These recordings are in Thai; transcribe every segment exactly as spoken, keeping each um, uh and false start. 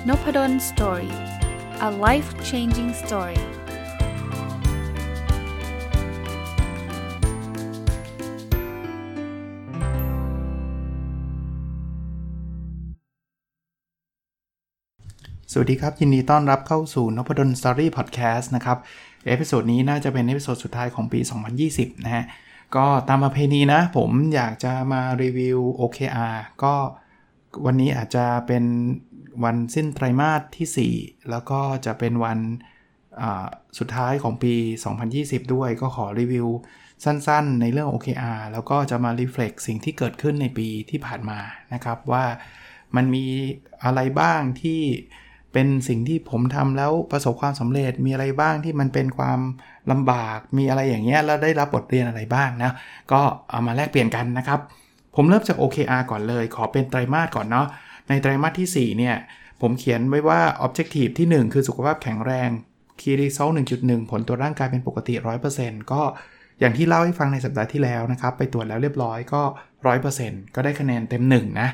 Noppadan Story. A life-changing story. สวัสดีครับยินดีต้อนรับเข้าสู่ Noppadan Story Podcast นะครับเอพิโซดนี้น่าจะเป็นเอพิโซดสุดท้ายของปีสองพันยี่สิบนะฮะก็ตามประเพณีนะผมอยากจะมารีวิว โอ เค อาร์ ก็วันนี้อาจจะเป็นวันสิ้นไตรมาสที่สี่แล้วก็จะเป็นวันสุดท้ายของปีสองพันยี่สิบด้วยก็ขอรีวิวสั้นๆในเรื่อง โอ เค อาร์ แล้วก็จะมา reflect สิ่งที่เกิดขึ้นในปีที่ผ่านมานะครับว่ามันมีอะไรบ้างที่เป็นสิ่งที่ผมทำแล้วประสบความสำเร็จมีอะไรบ้างที่มันเป็นความลำบากมีอะไรอย่างเงี้ยแล้วได้รับบทเรียนอะไรบ้างนะก็เอามาแลกเปลี่ยนกันนะครับผมเริ่มจาก โอ เค อาร์ ก่อนเลยขอเป็นไตรมาสก่อนเนาะในไตรมาสที่สี่เนี่ยผมเขียนไว้ว่า Objective ที่หนึ่งคือสุขภาพแข็งแรง Key Result หนึ่งจุดหนึ่ง ผลตรวจร่างกายเป็นปกติ ร้อยเปอร์เซ็นต์ ก็อย่างที่เล่าให้ฟังในสัปดาห์ที่แล้วนะครับไปตรวจแล้วเรียบร้อยก็ ร้อยเปอร์เซ็นต์ ก็ได้คะแนนเต็มหนึ่งนะ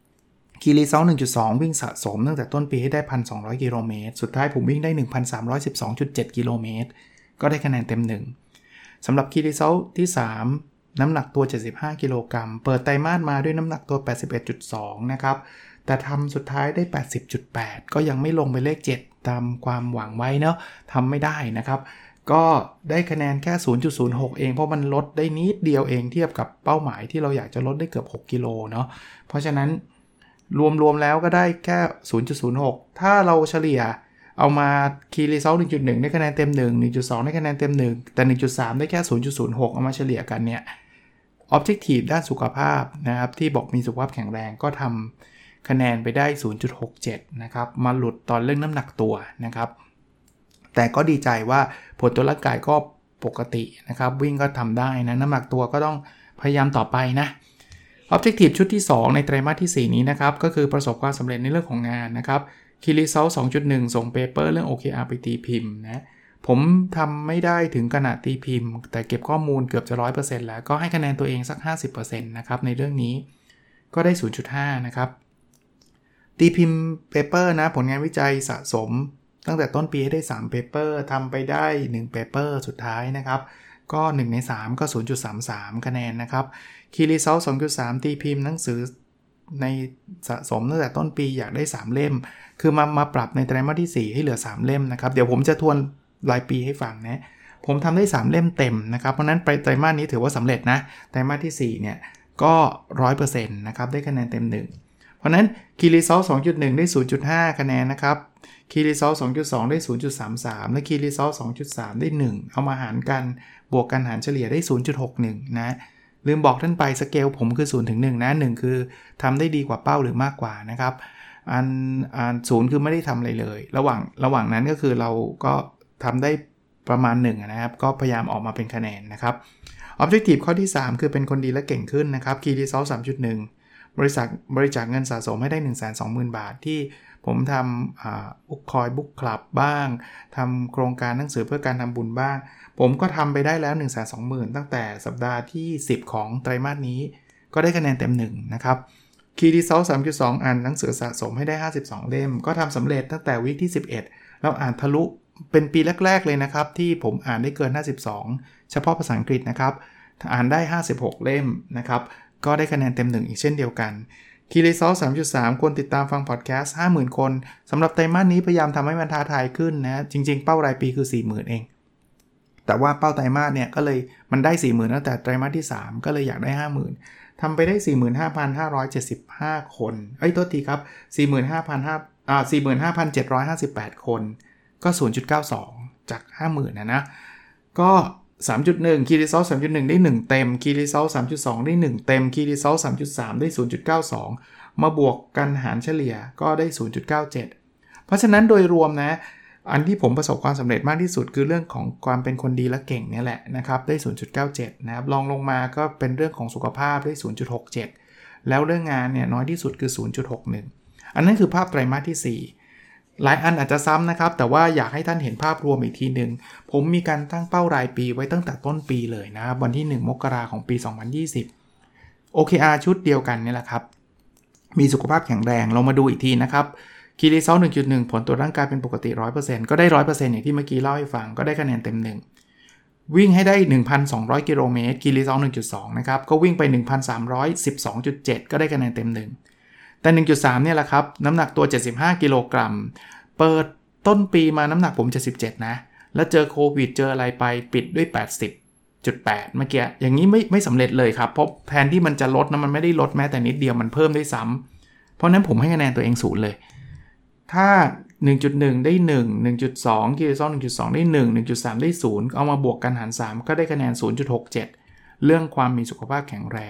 Key Result หนึ่งจุดสอง วิ่งสะสมตั้งแต่ต้นปีให้ได้ หนึ่งพันสองร้อย กิโลเมตรสุดท้ายผมวิ่งได้ หนึ่งพันสามร้อยสิบสองจุดเจ็ด กิโลเมตรก็ได้คะแนนเต็มหนึ่งสำหรับ Key Result ที่สามน้ำหนักตัวเจ็ดสิบห้ากิโลกรัมเปิดไตรมาสมาด้วยน้ำหนักตัว แปดสิบเอ็ดจุดสอง นะครับแต่ทำสุดท้ายได้ แปดสิบจุดแปด ก็ยังไม่ลงไปเลขเจ็ดตามความหวังไว้เนาะทำไม่ได้นะครับก็ได้คะแนนแค่ ศูนย์จุดศูนย์หก เองเพราะมันลดได้นิดเดียวเองเทียบกับเป้าหมายที่เราอยากจะลดได้เกือบหกกิโลเนาะเพราะฉะนั้นรวมๆแล้วก็ได้แค่ ศูนย์จุดศูนย์หก ถ้าเราเฉลี่ยเอามา Key Result หนึ่งจุดหนึ่ง ได้คะแนนเต็มหนึ่ง หนึ่งจุดสอง ได้คะแนนเต็มหนึ่งแต่ หนึ่งจุดสาม ได้แค่ ศูนย์จุดศูนย์หก เอามาเฉลี่ยกันเนี่ย Objective ด้านสุขภาพนะครับที่บอกมีสุขภาพแข็งแรงก็ทำคะแนนไปได้ ศูนย์จุดหกเจ็ด นะครับมาหลุดตอนเรื่องน้ำหนักตัวนะครับแต่ก็ดีใจว่าผลตรวจร่างกายก็ปกตินะครับวิ่งก็ทำได้นะน้ำหนักตัวก็ต้องพยายามต่อไปนะObjective ชุดที่สองในไตรมาสที่สี่นี้นะครับก็คือประสบความสำเร็จในเรื่องของงานนะครับ Key Result สองจุดหนึ่ง ส่งเปเปอร์เรื่อง โอ เค อาร์ ไปตีพิมพ์นะผมทำไม่ได้ถึงขนาดตีพิมพ์แต่เก็บข้อมูลเกือบจะ ร้อยเปอร์เซ็นต์ แล้วก็ให้คะแนนตัวเองสัก ห้าสิบเปอร์เซ็นต์ นะครับในเรื่องนี้ก็ได้ ศูนย์จุดห้า นะครับตีพิมพ์เปเปอร์นะผลงานวิจัยสะสมตั้งแต่ต้นปีให้ได้สามเปเปอร์ทำไปได้หนึ่งเปเปอร์สุดท้ายนะครับก็หนึ่งในสามก็ ศูนย์จุดสามสาม คะแนนนะครับKey Result สองจุดสาม ตีพิมพ์หนังสือในสะสมตั้งแต่ต้นปีอยากได้สามเล่มคือมามาปรับในไตรมาสที่สี่ให้เหลือสามเล่มนะครับเดี๋ยวผมจะทวนรายปีให้ฟังนะผมทำได้สามเล่มเต็มนะครับเพราะนั้นไปไตรมาสนี้ถือว่าสำเร็จนะไตรมาสที่สี่เนี่ยก็ ร้อยเปอร์เซ็นต์ นะครับได้คะแนนเต็มหนึ่งเพราะนั้น Key Result สองจุดหนึ่ง ได้ ศูนย์จุดห้า คะแนนนะครับ Key Result สองจุดสอง ได้ ศูนย์จุดสามสาม และ Key Result สองจุดสาม ได้หนึ่งเอามาหารกันบวกกันหารเฉลี่ยได้ ศูนย์จุดหกหนึ่ง นะลืมบอกท่านไปสเกลผมคือศูนย์ถึงหนึ่งนะหนึ่งคือทำได้ดีกว่าเป้าหรือมากกว่านะครับอันอันศูนย์คือไม่ได้ทำอะไรเลยระหว่างระหว่างนั้นก็คือเราก็ทำได้ประมาณหนึ่งนะครับก็พยายามออกมาเป็นคะแนนนะครับ Objective ข้อที่สามคือเป็นคนดีและเก่งขึ้นนะครับ Key Result สามจุดหนึ่ง บริษัทบริจาคเงินสะสมให้ได้ หนึ่งแสนสองหมื่น บาทที่ผมทำอ่าบุ๊กคอยบุ๊กคลับบ้างทำโครงการหนังสือเพื่อการทำบุญบ้างผมก็ทำไปได้แล้ว หนึ่งแสนสองหมื่น ตั้งแต่สัปดาห์ที่สิบของไตรมาสนี้ก็ได้คะแนนเต็มหนึ่งนะครับ Key Result สามจุดสอง อ่านหนังสือสะสมให้ได้ห้าสิบสองเล่มก็ทำสำเร็จตั้งแต่วีคที่สิบเอ็ดแล้วอ่านทะลุเป็นปีแรกๆเลยนะครับที่ผมอ่านได้เกินห้าสิบสองเฉพาะภาษาอังกฤษนะครับอ่านได้ห้าสิบหกเล่มนะครับก็ได้คะแนนเต็มหนึ่งอีกเช่นเดียวกันKey Result สามจุดสาม คนติดตามฟังพอดแคสต์ ห้าหมื่น คนสำหรับไตรมาสนี้พยายามทำให้มันท้าทายขึ้นนะจริงๆเป้ารายปีคือ สี่หมื่น เองแต่ว่าเป้าไตรมาสเนี่ยก็เลยมันได้ สี่หมื่น ตั้งแต่ไตรมาสที่สามก็เลยอยากได้ ห้าหมื่น ทำไปได้ สี่หมื่นห้าพันห้าร้อยเจ็ดสิบห้า คนเอ้ยโทษทีครับ สี่หมื่นห้าพันห้าร้อย อ่า สี่หมื่นห้าพันเจ็ดร้อยห้าสิบแปด คนก็ ศูนย์จุดเก้าสอง จาก ห้าหมื่น นะนะก็ สามจุดหนึ่ง Key Result สามจุดหนึ่ง ได้หนึ่งเต็ม Key Result สามจุดสอง ได้หนึ่งเต็ม Key Result สามจุดสาม ได้ ศูนย์จุดเก้าสอง มาบวกกันหารเฉลี่ยก็ได้ ศูนย์จุดเก้าเจ็ด เพราะฉะนั้นโดยรวมนะอันที่ผมประสบความสำเร็จมากที่สุดคือเรื่องของความเป็นคนดีและเก่งนี่แหละนะครับได้ ศูนย์จุดเก้าเจ็ด นะครับลองลงมาก็เป็นเรื่องของสุขภาพได้ ศูนย์จุดหกเจ็ด แล้วเรื่องงานเนี่ยน้อยที่สุดคือ ศูนย์จุดหกหนึ่ง อันนั้นคือภาพไตรมาสที่สี่หลายอันอาจจะซ้ำนะครับแต่ว่าอยากให้ท่านเห็นภาพรวมอีกทีนึงผมมีการตั้งเป้ารายปีไว้ตั้งแต่ต้นปีเลยนะครับวันที่หนึ่งมกราคมของปีสองพันยี่สิบ โอ เค อาร์ ชุดเดียวกันนี่แหละครับมีสุขภาพแข็งแรงเรามาดูอีกทีนะครับ Key Result หนึ่งจุดหนึ่ง ผลตรวจร่างกายเป็นปกติ หนึ่งร้อยเปอร์เซ็นต์ ก็ได้ หนึ่งร้อยเปอร์เซ็นต์ อย่างที่เมื่อกี้เล่าให้ฟังก็ได้คะแนนเต็มหนึ่งวิ่งให้ได้ หนึ่งพันสองร้อย กิโลเมตร Key Result หนึ่งจุดสอง นะครับก็วิ่งไป หนึ่งพันสามร้อยสิบสองจุดเจ็ด ก็ได้คะแนนเต็มหนึ่งแต่ หนึ่งจุดสาม เนี่ยแหละครับน้ำหนักตัวเจ็ดสิบห้ากิโลกรัมเปิดต้นปีมาน้ำหนักผมเจ็ดสิบเจ็ดนะแล้วเจอโควิดเจออะไรไปปิดด้วย แปดสิบจุดแปด เมื่อกี้อย่างนี้ไม่ไม่สำเร็จเลยครับเพราะแทนที่มันจะลดนะมันไม่ได้ลดแม้แต่นิดเดียวมันเพิ่มด้วยซ้ำเพราะนั้นผมให้คะแนนตัวเองศูนย์เลยถ้า หนึ่งจุดหนึ่ง ได้หนึ่ง หนึ่งจุดสอง Key Result หนึ่งจุดสอง ได้หนึ่ง หนึ่งจุดสาม ได้ศูนย์เอามาบวกกันหารสามก็ได้คะแนน ศูนย์จุดหกเจ็ด เรื่องความมีสุขภาพแข็งแรง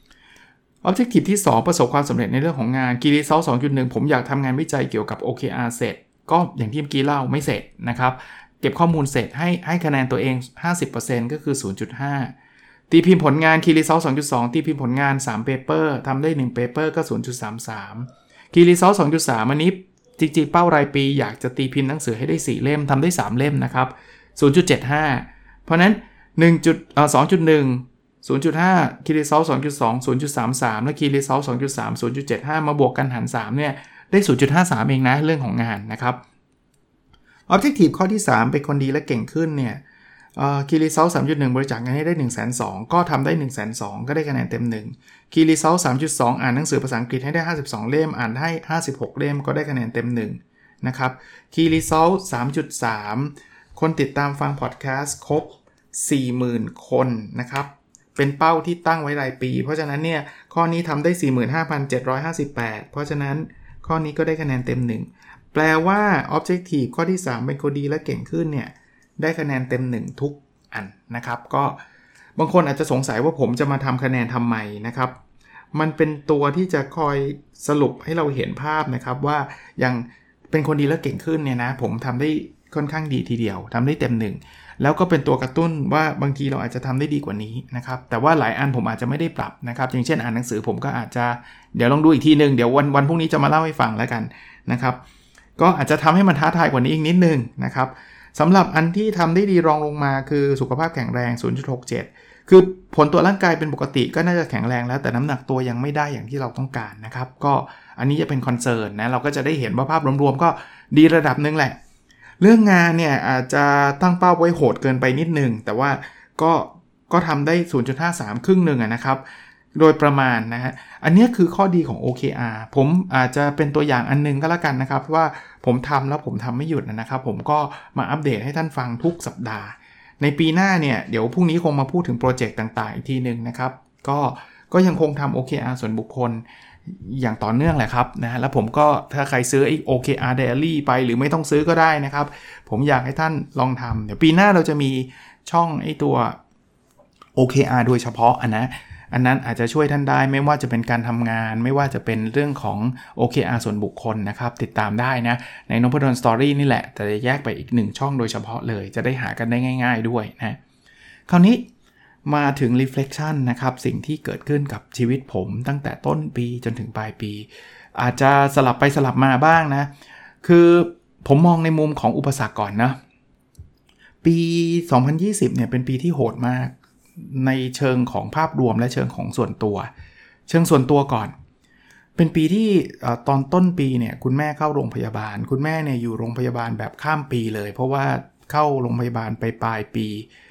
Objective ที่สองประสบความสำเร็จในเรื่องของงาน Key Result สองจุดหนึ่ง ผมอยากทำงานวิจัยเกี่ยวกับ โอ เค อาร์ เสร็จก็อย่างที่เมื่อกี้เล่าไม่เสร็จนะครับเก็บข้อมูลเสร็จให้ให้คะแนนตัวเอง ห้าสิบเปอร์เซ็นต์ ก็คือ ศูนย์จุดห้า ตีพิมพ์ผลงาน Key Result สองจุดสอง ตีพิมพ์ผลงานสาม paper ทำได้หนึ่ง paper ก็ ศูนย์จุดสามสาม Key Result สองจุดสาม อันนี้จริงๆเป้ารายปีอยากจะตีพิมพ์หนังสือให้ได้สี่เล่มทำได้สามเล่มนะครับ ศูนย์จุดเจ็ดห้า เพราะนั้น1จุดเอ่อ สองจุดหนึ่ง ศูนย์จุดห้า Key Result สองจุดสอง ศูนย์จุดสามสาม และ Key Result สองจุดสาม ศูนย์จุดเจ็ดห้า มาบวกกันหารสามเนี่ยได้ ศูนย์จุดห้าสาม เองนะเรื่องของงานนะครับ Objective ข้อที่สามเป็นคนดีและเก่งขึ้นเนี่ยเอ่อ Key Result สามจุดหนึ่ง บริจาคเงินให้ได้ หนึ่งแสนสอง ก็ทำได้ หนึ่งแสนสอง ก็ได้คะแนนเต็มหนึ่ง Key Result สามจุดสอง อ่านหนังสือภาษาอังกฤษให้ได้ห้าสิบสองเล่มอ่านให้ห้าสิบหกเล่มก็ได้คะแนนเต็มหนึ่งนะครับ Key Result สามจุดสาม คนติดตามฟังพอดแคสต์ครบ สี่หมื่น คนนะครับเป็นเป้าที่ตั้งไว้รายปีเพราะฉะนั้นเนี่ยข้อนี้ทำได้ สี่หมื่นห้าพันเจ็ดร้อยห้าสิบแปด เพราะฉะนั้นข้อนี้ก็ได้คะแนนเต็มหนึ่งแปลว่า Objective ข้อที่สามเป็นคนดีและเก่งขึ้นเนี่ยได้คะแนนเต็มหนึ่งทุกอันนะครับก็บางคนอาจจะสงสัยว่าผมจะมาทำคะแนนทำไมนะครับมันเป็นตัวที่จะคอยสรุปให้เราเห็นภาพนะครับว่าอย่างเป็นคนดีและเก่งขึ้นเนี่ยนะผมทำได้ค่อนข้างดีทีเดียวทำได้เต็มหนึ่งแล้วก็เป็นตัวกระตุ้นว่าบางทีเราอาจจะทำได้ดีกว่านี้นะครับแต่ว่าหลายอันผมอาจจะไม่ได้ปรับนะครับอย่างเช่นอ่านหนังสือผมก็อาจจะเดี๋ยวลองดูอีกทีนึงเดี๋ยววันวันพรุ่งนี้จะมาเล่าให้ฟังแล้วกันนะครับก็อาจจะทำให้มันท้าทายกว่านี้อีกนิดนึงนะครับสำหรับอันที่ทำได้ดีรองลงมาคือสุขภาพแข็งแรง ศูนย์จุดหกเจ็ด คือผลตรวจร่างกายเป็นปกติก็น่าจะแข็งแรงแล้วแต่น้ำหนักตัวยังไม่ได้อย่างที่เราต้องการนะครับก็อันนี้จะเป็นคอนเซิร์นนะเราก็จะได้เห็นว่าภาพรวมๆก็ดีระดับนึงแหละเรื่องงานเนี่ยอาจจะตั้งเป้าไว้โหดเกินไปนิดนึงแต่ว่าก็ก็ทำได้ ศูนย์จุดห้าสาม ครึ่งหนึ่งนะครับโดยประมาณนะฮะอันนี้คือข้อดีของ โอ เค อาร์ ผมอาจจะเป็นตัวอย่างอันนึงก็แล้วกันนะครับว่าผมทำแล้วผมทำไม่หยุดนะครับผมก็มาอัปเดตให้ท่านฟังทุกสัปดาห์ในปีหน้าเนี่ยเดี๋ยวพรุ่งนี้คงมาพูดถึงโปรเจกต์ต่างๆอีกทีนึงนะครับก็ก็ยังคงทำ โอ เค อาร์ ส่วนบุคคลอย่างต่อเนื่องแหละครับนะแล้วผมก็ถ้าใครซื้อไอ้ โอ เค อาร์ Diary ไปหรือไม่ต้องซื้อก็ได้นะครับผมอยากให้ท่านลองทำเดี๋ยวปีหน้าเราจะมีช่องไอ้ตัว โอ เค อาร์ โดยเฉพาะอันนะอันนั้นอาจจะช่วยท่านได้ไม่ว่าจะเป็นการทำงานไม่ว่าจะเป็นเรื่องของ โอ เค อาร์ ส่วนบุคคลนะครับติดตามได้นะในนพดล Story นี่แหละแต่จะแยกไปอีกหนึ่งช่องโดยเฉพาะเลยจะได้หากันได้ง่ายๆด้วยนะคราวนี้มาถึง reflection นะครับสิ่งที่เกิดขึ้นกับชีวิตผมตั้งแต่ต้นปีจนถึงปลายปีอาจจะสลับไปสลับมาบ้างนะคือผมมองในมุมของอุปสรรคก่อนนะปีสองพันยี่สิบเนี่ยเป็นปีที่โหดมากในเชิงของภาพรวมและเชิงของส่วนตัวเชิงส่วนตัวก่อนเป็นปีที่ตอนต้นปีเนี่ยคุณแม่เข้าโรงพยาบาลคุณแม่เนี่ยอยู่โรงพยาบาลแบบข้ามปีเลยเพราะว่าเข้าโรงพยาบาลไปปลายปี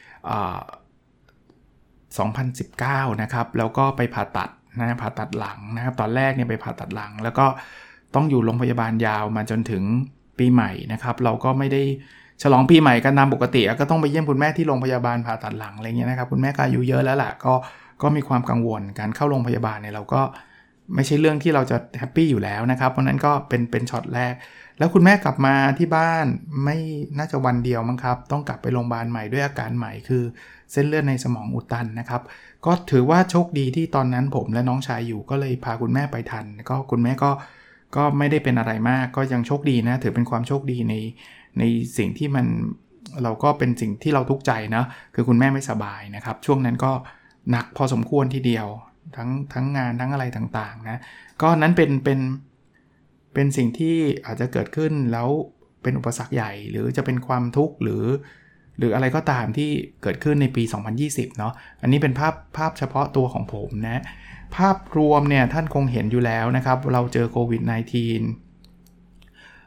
สองพันสิบเก้านะครับแล้วก็ไปผ่าตัดนะผ่าตัดหลังนะครับตอนแรกเนี่ยไปผ่าตัดหลังแล้วก็ต้องอยู่โรงพยาบาลยาวมาจนถึงปีใหม่นะครับเราก็ไม่ได้ฉลองปีใหม่กันตามปกติก็ต้องไปเยี่ยมคุณแม่ที่โรงพยาบาลผ่าตัดหลังอะไรเงี้ยนะครับคุณแม่ก็อายุเยอะแล้วล่ะก็ก็มีความกังวลการเข้าโรงพยาบาลเนี่ยเราก็ไม่ใช่เรื่องที่เราจะแฮปปี้อยู่แล้วนะครับเพราะนั้นก็เป็นเป็นช็อตแรกแล้วคุณแม่กลับมาที่บ้านไม่น่าจะวันเดียวมั้งครับต้องกลับไปโรงพยาบาลใหม่ด้วยอาการใหม่คือเส้นเลือดในสมองอุดตันนะครับก็ถือว่าโชคดีที่ตอนนั้นผมและน้องชายอยู่ก็เลยพาคุณแม่ไปทันก็คุณแม่ก็ก็ไม่ได้เป็นอะไรมากก็ยังโชคดีนะถือเป็นความโชคดีในในสิ่งที่มันเราก็เป็นสิ่งที่เราทุกข์ใจนะคือคุณแม่ไม่สบายนะครับช่วงนั้นก็หนักพอสมควรทีเดียวทั้งทั้งงานทั้งอะไรต่างๆนะก็นั้นเป็นเป็นเป็นสิ่งที่อาจจะเกิดขึ้นแล้วเป็นอุปสรรคใหญ่หรือจะเป็นความทุกข์หรือหรืออะไรก็ตามที่เกิดขึ้นในปีสองพันยี่สิบเนาะอันนี้เป็นภาพภาพเฉพาะตัวของผมนะภาพรวมเนี่ยท่านคงเห็นอยู่แล้วนะครับเราเจอโควิด สิบเก้า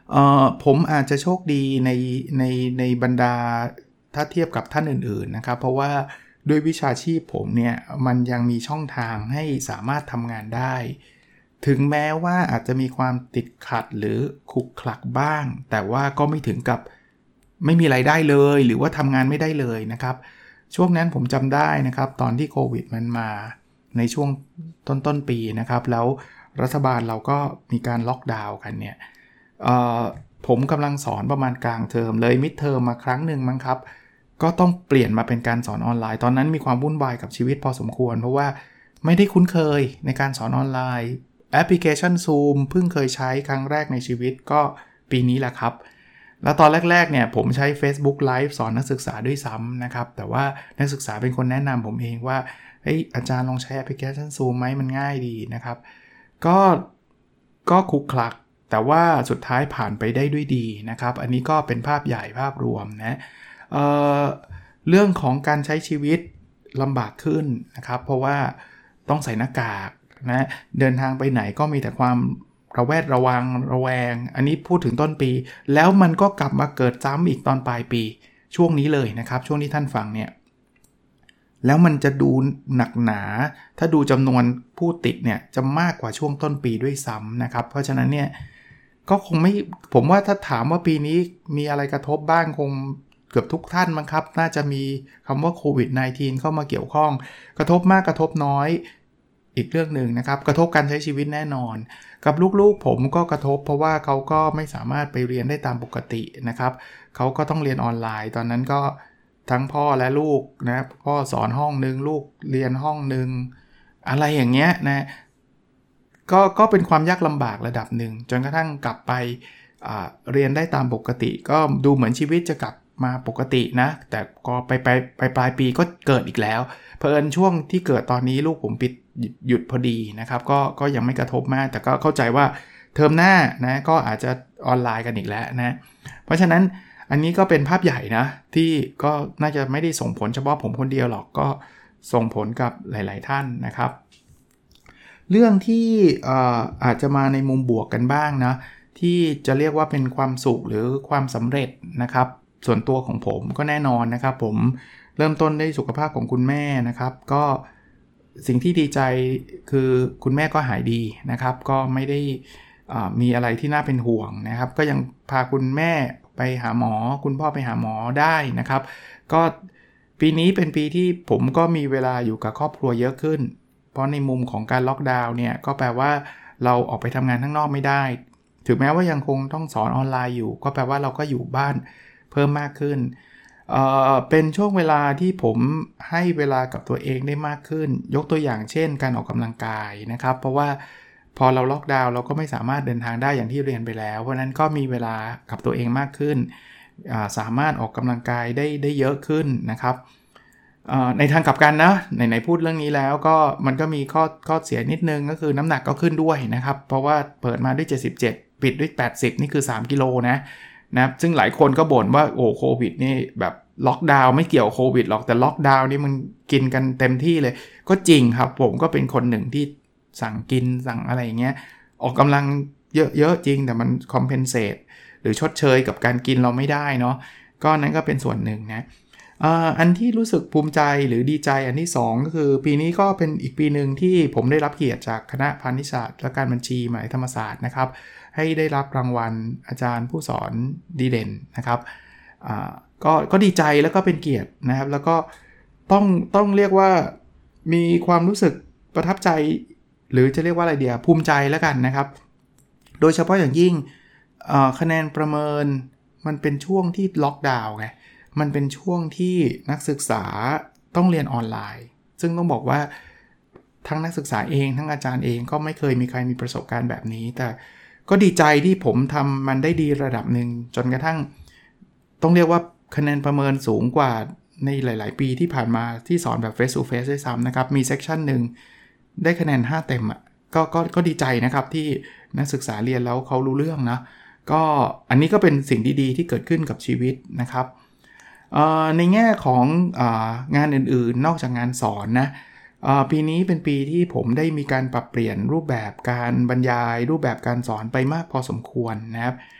เอ่อผมอาจจะโชคดีในในในบรรดาถ้าเทียบกับท่านอื่นๆนะครับเพราะว่าด้วยวิชาชีพผมเนี่ยมันยังมีช่องทางให้สามารถทำงานได้ถึงแม้ว่าอาจจะมีความติดขัดหรือขลุกขลักบ้างแต่ว่าก็ไม่ถึงกับไม่มีรายได้เลยหรือว่าทำงานไม่ได้เลยนะครับช่วงนั้นผมจำได้นะครับตอนที่โควิดมันมาในช่วงต้นต้นปีนะครับแล้วรัฐบาลเราก็มีการล็อกดาวน์กันเนี่ยผมกำลังสอนประมาณกลางเทอมเลยมิดเทอมมาครั้งหนึ่งมั้งครับก็ต้องเปลี่ยนมาเป็นการสอนออนไลน์ตอนนั้นมีความวุ่นวายกับชีวิตพอสมควรเพราะว่าไม่ได้คุ้นเคยในการสอนออนไลน์แอปพลิเคชัน Zoom เพิ่งเคยใช้ครั้งแรกในชีวิตก็ปีนี้แหละครับแล้วตอนแรกๆเนี่ยผมใช้ Facebook Live สอนนักศึกษาด้วยซ้ำนะครับแต่ว่านักศึกษาเป็นคนแนะนำผมเองว่าเฮ้ยอาจารย์ลองใช้แอปพลิเคชัน Zoom ไหมมันง่ายดีนะครับก็ก็คลุกคลักแต่ว่าสุดท้ายผ่านไปได้ด้วยดีนะครับอันนี้ก็เป็นภาพใหญ่ภาพรวมนะเอ่อเรื่องของการใช้ชีวิตลำบากขึ้นนะครับเพราะว่าต้องใส่หน้ากากนะเดินทางไปไหนก็มีแต่ความระแวดระวังระแวงอันนี้พูดถึงต้นปีแล้วมันก็กลับมาเกิดซ้ำอีกตอนปลายปีช่วงนี้เลยนะครับช่วงที่ท่านฟังเนี่ยแล้วมันจะดูหนักหนาถ้าดูจำนวนผู้ติดเนี่ยจะมากกว่าช่วงต้นปีด้วยซ้ำนะครับเพราะฉะนั้นเนี่ยก็คงไม่ผมว่าถ้าถามว่าปีนี้มีอะไรกระทบบ้างคงเกือบทุกท่านมั้งครับน่าจะมีคำว่าโควิด สิบเก้า เข้ามาเกี่ยวข้องกระทบมากกระทบน้อยอีกเรื่องหนึ่งนะครับกระทบการใช้ชีวิตแน่นอนกับลูกๆผมก็กระทบเพราะว่าเขาก็ไม่สามารถไปเรียนได้ตามปกตินะครับเขาก็ต้องเรียนออนไลน์ตอนนั้นก็ทั้งพ่อและลูกนะพ่อสอนห้องนึงลูกเรียนห้องนึงอะไรอย่างเงี้ยนะก็ก็เป็นความยากลำบากระดับหนึ่งจนกระทั่งกลับไปเรียนได้ตามปกติก็ดูเหมือนชีวิตจะกลับมาปกตินะแต่ก็ไปไปไปปลายปีก็เกิดอีกแล้วเผอิญช่วงที่เกิดตอนนี้ลูกผมปิดหยุดพอดีนะครับก็ก็ยังไม่กระทบมากแต่ก็เข้าใจว่าเทอมหน้านะก็อาจจะออนไลน์กันอีกแล้วนะเพราะฉะนั้นอันนี้ก็เป็นภาพใหญ่นะที่ก็น่าจะไม่ได้ส่งผลเฉพาะผมคนเดียวหรอกก็ส่งผลกับหลายๆท่านนะครับเรื่องที่อาอาจจะมาในมุมบวกกันบ้างนะที่จะเรียกว่าเป็นความสุขหรือความสำเร็จนะครับส่วนตัวของผมก็แน่นอนนะครับผมเริ่มต้นได้สุขภาพของคุณแม่นะครับก็สิ่งที่ดีใจคือคุณแม่ก็หายดีนะครับก็ไม่ได้มีอะไรที่น่าเป็นห่วงนะครับก็ยังพาคุณแม่ไปหาหมอคุณพ่อไปหาหมอได้นะครับก็ปีนี้เป็นปีที่ผมก็มีเวลาอยู่กับครอบครัวเยอะขึ้นเพราะในมุมของการล็อกดาวน์เนี่ยก็แปลว่าเราออกไปทำงานข้างนอกไม่ได้ถึงแม้ว่ายังคงต้องสอนออนไลน์อยู่ก็แปลว่าเราก็อยู่บ้านเพิ่มมากขึ้นเอ่อเป็นช่วงเวลาที่ผมให้เวลากับตัวเองได้มากขึ้นยกตัวอย่างเช่นการออกกำลังกายนะครับเพราะว่าพอเราล็อกดาวน์เราก็ไม่สามารถเดินทางได้อย่างที่เรียนไปแล้วเพราะนั้นก็มีเวลากับตัวเองมากขึ้นสามารถออกกำลังกายได้ได้เยอะขึ้นนะครับในทางกลับกันนะไหนๆพูดเรื่องนี้แล้วก็มันก็มีข้อข้อเสียนิดนึงก็คือน้ำหนักก็ขึ้นด้วยนะครับเพราะว่าเปิดมาด้วยเจ็ดสิบเจ็ดปิดด้วยแปดสิบนี่คือสามกิโลนะนะซึ่งหลายคนก็บ่นว่าโอ้โควิดนี่แบบล็อกดาวน์ไม่เกี่ยวโควิดหรอกแต่ล็อกดาวน์นี่มันกินกันเต็มที่เลยก็จริงครับผมก็เป็นคนหนึ่งที่สั่งกินสั่งอะไรอย่างเงี้ยออกกำลังเยอะๆจริงแต่มันคอมเพนเซตหรือชดเชยกับการกินเราไม่ได้เนาะก็นั้นก็เป็นส่วนหนึ่งนะอันที่รู้สึกภูมิใจหรือดีใจอันที่สองก็คือปีนี้ก็เป็นอีกปีนึงที่ผมได้รับเกียรติจากคณะพาณิชยศาสตร์และการบัญชีมหาวิทยาลัยธรรมศาสตร์นะครับให้ได้รับรางวัลอาจารย์ผู้สอนดีเด่นนะครับก็ก็ดีใจแล้วก็เป็นเกียรตินะครับแล้วก็ต้องต้องเรียกว่ามีความรู้สึกประทับใจหรือจะเรียกว่าอะไรเดียวภูมิใจแล้วกันนะครับโดยเฉพาะอย่างยิ่งคะแนนประเมินมันเป็นช่วงที่ล็อกดาวน์ไงมันเป็นช่วงที่นักศึกษาต้องเรียนออนไลน์ซึ่งต้องบอกว่าทั้งนักศึกษาเองทั้งอาจารย์เองก็ไม่เคยมีใครมีประสบการณ์แบบนี้แต่ก็ดีใจที่ผมทำมันได้ดีระดับหนึ่งจนกระทั่งต้องเรียกว่าคะแนนประเมินสูงกว่าในหลายๆปีที่ผ่านมาที่สอนแบบ face to face ด้วยซ้ำนะครับมีเซกชันหนึ่งได้คะแนนห้าเต็มอ่ะก็ก็ก็ดีใจนะครับที่นักศึกษาเรียนแล้วเขารู้เรื่องนะก็อันนี้ก็เป็นสิ่งดีๆที่เกิดขึ้นกับชีวิตนะครับในแง่ของงานอื่นๆนอกจากงานสอนนะปีนี้เป็นปีที่ผมได้มีการปรับเปลี่ยนรูปแบบการบรรยายรูปแบบการสอนไปมากพอสมควรนะครับ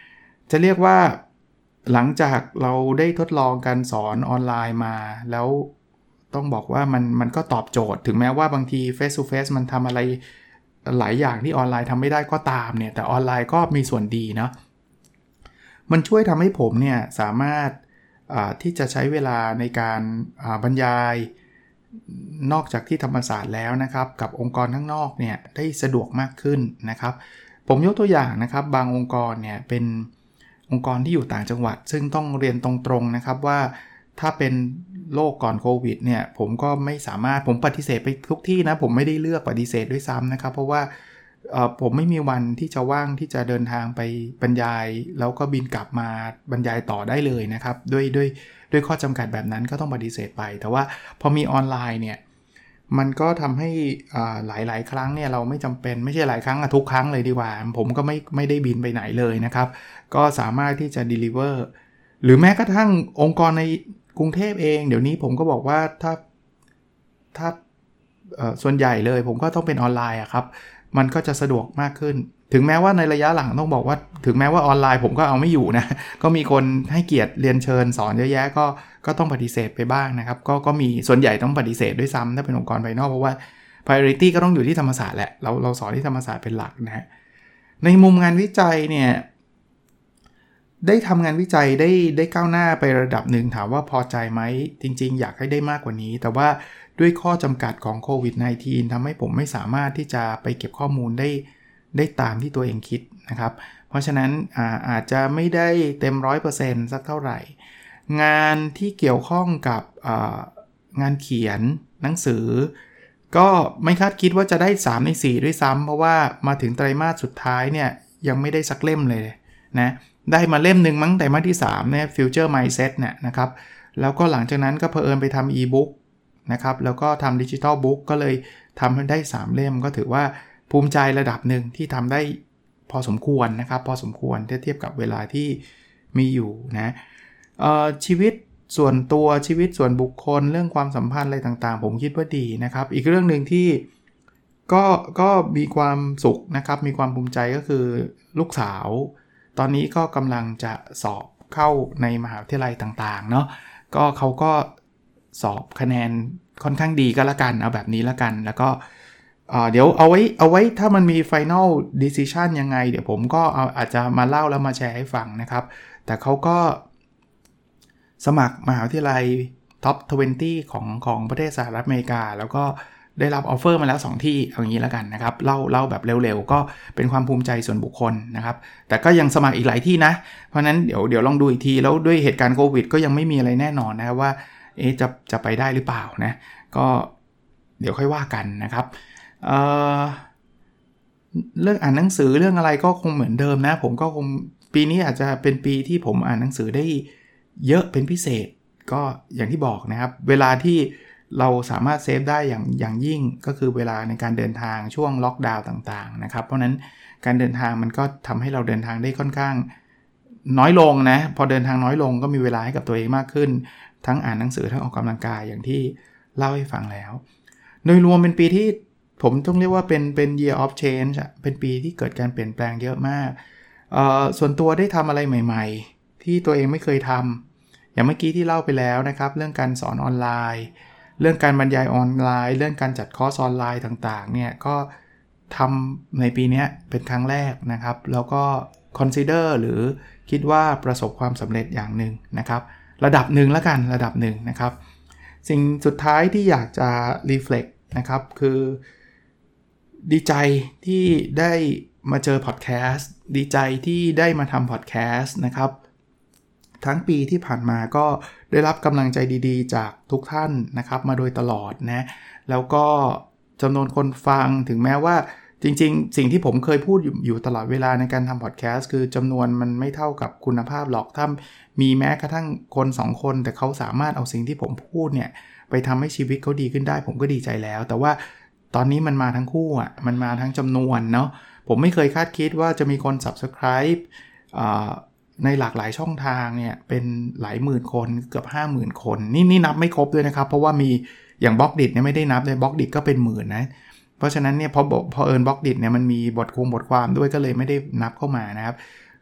จะเรียกว่าหลังจากเราได้ทดลองการสอนออนไลน์มาแล้วต้องบอกว่ามันมันก็ตอบโจทย์ถึงแม้ว่าบางที face to face มันทำอะไรหลายอย่างที่ออนไลน์ทำไม่ได้ก็ตามเนี่ยแต่ออนไลน์ก็มีส่วนดีเนาะมันช่วยทำให้ผมเนี่ยสามารถที่จะใช้เวลาในการบรรยายนอกจากที่ธรรมศาสตร์แล้วนะครับกับองค์กรข้างนอกเนี่ยได้สะดวกมากขึ้นนะครับผมยกตัวอย่างนะครับบางองค์กรเนี่ยเป็นองค์กรที่อยู่ต่างจังหวัดซึ่งต้องเรียนตรงๆนะครับว่าถ้าเป็นโรคก่อนโควิดเนี่ยผมก็ไม่สามารถผมปฏิเสธไปทุกที่นะผมไม่ได้เลือกปฏิเสธด้วยซ้ำนะครับเพราะว่าผมไม่มีวันที่จะว่างที่จะเดินทางไปบรรยายแล้วก็บินกลับมาบรรยายต่อได้เลยนะครับด้วยด้วยด้วยข้อจำกัดแบบนั้นก็ต้องปฏิเสธไปแต่ว่าพอมีออนไลน์เนี่ยมันก็ทำให้หลายๆครั้งเนี่ยเราไม่จำเป็นไม่ใช่หลายครั้งอะทุกครั้งเลยดีกว่าผมก็ไม่ไม่ได้บินไปไหนเลยนะครับก็สามารถที่จะ deliver หรือแม้กระทั่งองค์กรในกรุงเทพเองเดี๋ยวนี้ผมก็บอกว่าถ้าถ้าส่วนใหญ่เลยผมก็ต้องเป็นออนไลน์อะครับมันก็จะสะดวกมากขึ้นถึงแม้ว่าในระยะหลังต้องบอกว่าถึงแม้ว่าออนไลน์ผมก็เอาไม่อยู่นะก็มีคนให้เกียรติเรียนเชิญสอนเยอะแยะก็ก็ต้องปฏิเสธไปบ้างนะครับก็ก็มีส่วนใหญ่ต้องปฏิเสธด้วยซ้ำถ้าเป็นองค์กรภายนอกเพราะว่า priority ก็ต้องอยู่ที่ธรรมศาสตร์แหละเราเราสอนที่ธรรมศาสตร์เป็นหลักนะฮะในมุมงานวิจัยเนี่ยได้ทำงานวิจัยได้ได้ก้าวหน้าไประดับหนึ่งถามว่าพอใจไหมจริงๆอยากให้ได้มากกว่านี้แต่ว่าด้วยข้อจำกัดของโควิด สิบเก้า ทำให้ผมไม่สามารถที่จะไปเก็บข้อมูลได้ได้ตามที่ตัวเองคิดนะครับเพราะฉะนั้น อาอาจจะไม่ได้เต็ม ร้อยเปอร์เซ็นต์ สักเท่าไหร่งานที่เกี่ยวข้องกับงานเขียนหนังสือก็ไม่คาดคิดว่าจะได้สามในสี่ด้วยซ้ำเพราะว่ามาถึงไตรมาสสุดท้ายเนี่ยยังไม่ได้สักเล่มเลยนะได้มาเล่มหนึ่งมั้งไตรมาสที่สามเนี่ย Future Mindset เนี่ยนะครับแล้วก็หลังจากนั้นก็เผอิญไปทำอีบุ๊กนะครับแล้วก็ทำดิจิทัลบุ๊กก็เลยทำให้ได้สามเล่มก็ถือว่าภูมิใจระดับหนึ่งที่ทำได้พอสมควรนะครับพอสมควรเทียบกับเวลาที่มีอยู่นะชีวิตส่วนตัวชีวิตส่วนบุคคลเรื่องความสัมพันธ์อะไรต่างๆผมคิดว่าดีนะครับอีกเรื่องหนึ่งที่ก็ก็มีความสุขนะครับมีความภูมิใจก็คือลูกสาวตอนนี้ก็กำลังจะสอบเข้าในมหาวิทยาลัยต่างๆเนาะก็เขาก็สอบคะแนนค่อนข้างดีก็แล้วกันเอาแบบนี้แล้วกันแล้วก็เดี๋ยวเอาไว้เอาไว้ถ้ามันมี final decision ยังไงเดี๋ยวผมก็เอาอาจจะมาเล่าแล้วมาแชร์ให้ฟังนะครับแต่เขาก็สมัครมหาวิทยาลัยท็อปยี่สิบของของประเทศสหรัฐอเมริกาแล้วก็ได้รับออฟเฟอร์มาแล้วสองที่เอาอย่างนี้แล้วกันนะครับเล่าเล่าแบบเร็วๆก็เป็นความภูมิใจส่วนบุคคลนะครับแต่ก็ยังสมัครอีกหลายที่นะเพราะนั้นเดี๋ยวเดี๋ยวลองดูอีกทีแล้วด้วยเหตุการณ์โควิดก็ยังไม่มีอะไรแน่นอนนะครับว่าเอ๊ะจะจะไปได้หรือเปล่านะก็เดี๋ยวค่อยว่ากันนะครับเอ่อเรื่องอ่านหนังสือเรื่องอะไรก็คงเหมือนเดิมนะผมก็คงปีนี้อาจจะเป็นปีที่ผมอ่านหนังสือได้เยอะเป็นพิเศษก็อย่างที่บอกนะครับเวลาที่เราสามารถเซฟได้อย่างอย่างยิ่งก็คือเวลาในการเดินทางช่วงล็อกดาวน์ต่างๆนะครับเพราะนั้นการเดินทางมันก็ทำให้เราเดินทางได้ค่อนข้างน้อยลงนะพอเดินทางน้อยลงก็มีเวลาให้กับตัวเองมากขึ้นทั้งอ่านหนังสือทั้งออกกำลังกายอย่างที่เล่าให้ฟังแล้วโดยรวมเป็นปีที่ผมต้องเรียกว่าเป็นเป็น year of change เป็นปีที่เกิดการเปลี่ยนแปลงเยอะมากเอ่อส่วนตัวได้ทำอะไรใหม่ๆที่ตัวเองไม่เคยทำอย่างเมื่อกี้ที่เล่าไปแล้วนะครับเรื่องการสอนออนไลน์เรื่องการบรรยายออนไลน์เรื่องการจัดคอร์สออนไลน์ต่างๆเนี่ยก็ทำในปีนี้เป็นครั้งแรกนะครับแล้วก็ consider หรือคิดว่าประสบความสำเร็จอย่างหนึ่งนะครับระดับหนึ่งแล้วกันระดับหนึ่งนะครับสิ่งสุดท้ายที่อยากจะ reflect นะครับคือดีใจที่ได้มาเจอพอดแคสต์ดีใจที่ได้มาทำพอดแคสต์นะครับทั้งปีที่ผ่านมาก็ได้รับกำลังใจดีๆจากทุกท่านนะครับมาโดยตลอดนะแล้วก็จำนวนคนฟังถึงแม้ว่าจริงๆสิ่งที่ผมเคยพูดอยู่ตลอดเวลาในการทำพอดแคสต์คือจำนวนมันไม่เท่ากับคุณภาพหรอกถ้ามีแม้กระทั่งคนสองคนแต่เขาสามารถเอาสิ่งที่ผมพูดเนี่ยไปทำให้ชีวิตเขาดีขึ้นได้ผมก็ดีใจแล้วแต่ว่าตอนนี้มันมาทั้งคู่อ่ะมันมาทั้งจำนวนเนาะผมไม่เคยคาดคิดว่าจะมีคน Subscribe อ่าในหลากหลายช่องทางเนี่ยเป็นหลายหมื่นคนเกือบ ห้าหมื่น คนนี่นี่นับไม่ครบด้วยนะครับเพราะว่ามีอย่างบล็อกดิทเนี่ยไม่ได้นับเลยบล็อกดิทก็เป็นหมื่นนะเพราะฉะนั้นเนี่ยพอพอเอิร์นบล็อกดิทเนี่ยมันมีบทความบทความด้วยก็เลยไม่ได้นับเข้ามานะครับ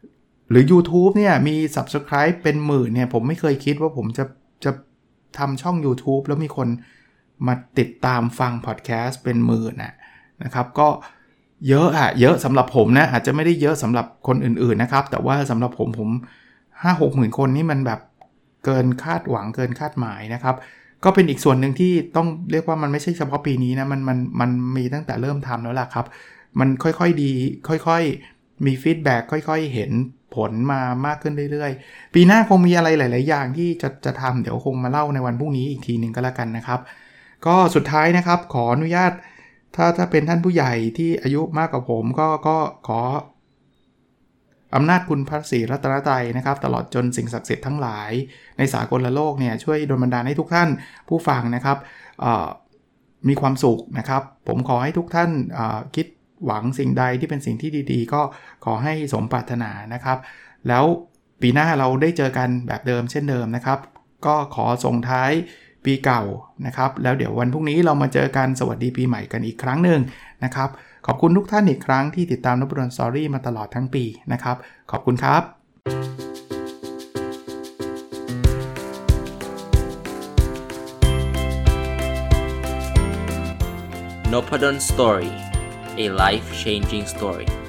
หรือ YouTube เนี่ยมี Subscribe เป็นหมื่นเนี่ยผมไม่เคยคิดว่าผมจะจะทำช่อง YouTube แล้วมีคนมาติดตามฟังพอดแคสต์เป็นหมื่นนะนะครับก็เยอะอะเยอะสำหรับผมนะอาจจะไม่ได้เยอะสำหรับคนอื่นๆนะครับแต่ว่าสำหรับผมผม ห้าหกหมื่น คนนี่มันแบบเกินคาดหวังเกินคาดหมายนะครับก็เป็นอีกส่วนหนึ่งที่ต้องเรียกว่ามันไม่ใช่เฉพาะปีนี้นะมันมันมันมีตั้งแต่เริ่มทำแล้วล่ะครับมันค่อยๆดีค่อยๆมีฟีดแบ็กค่อยๆเห็นผลมามากขึ้นเรื่อยๆปีหน้าคงมีอะไรหลายๆอย่างที่จะจะทำเดี๋ยวคงมาเล่าในวันพรุ่งนี้อีกทีนึงก็แล้วกันนะครับก็สุดท้ายนะครับขออนุญาตถ้าถ้าเป็นท่านผู้ใหญ่ที่อายุมากกว่าผมก็ก็ขออำนาจคุณพระศรีรัตนตรัยนะครับตลอดจนสิ่งศักดิ์สิทธิ์ทั้งหลายในสากลโลกเนี่ยช่วยดลบันดาลให้ทุกท่านผู้ฟังนะครับมีความสุขนะครับผมขอให้ทุกท่านคิดหวังสิ่งใดที่เป็นสิ่งที่ดีๆก็ขอให้สมปรารถนานะครับแล้วปีหน้าเราได้เจอกันแบบเดิมเช่นเดิมนะครับก็ขอส่งท้ายปีเก่านะครับแล้วเดี๋ยววันพรุ่งนี้เรามาเจอกันสวัสดีปีใหม่กันอีกครั้งหนึ่งนะครับขอบคุณทุกท่านอีกครั้งที่ติดตามนพดลสตอรี่มาตลอดทั้งปีนะครับขอบคุณครับ Noppadan Story, a life-changing story.